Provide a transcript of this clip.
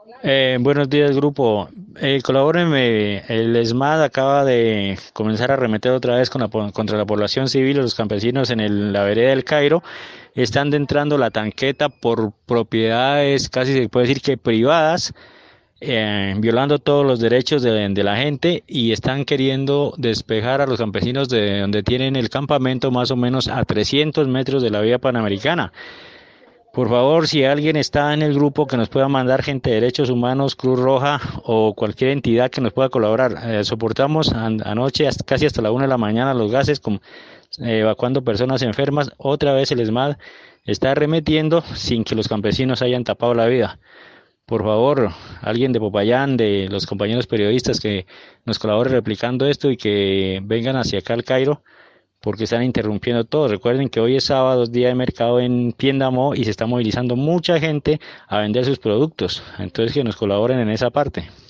Buenos días, grupo. Colabórenme. El ESMAD acaba de comenzar a arremeter otra vez contra la población civil. Los campesinos en la vereda del Cairo están entrando la tanqueta por propiedades, casi se puede decir que privadas, violando todos los derechos de la gente y están queriendo despejar a los campesinos de donde tienen el campamento más o menos a 300 metros de la vía panamericana. Por favor, si alguien está en el grupo que nos pueda mandar gente de derechos humanos, Cruz Roja o cualquier entidad que nos pueda colaborar. Soportamos anoche casi hasta la 1 de la mañana los gases evacuando personas enfermas. Otra vez el ESMAD está arremetiendo sin que los campesinos hayan tapado la vida. Por favor, alguien de Popayán, de los compañeros periodistas que nos colabore replicando esto y que vengan hacia acá al Cairo porque están interrumpiendo todo. Recuerden que hoy es sábado, es día de mercado en Piendamó y se está movilizando mucha gente a vender sus productos. Entonces que nos colaboren en esa parte.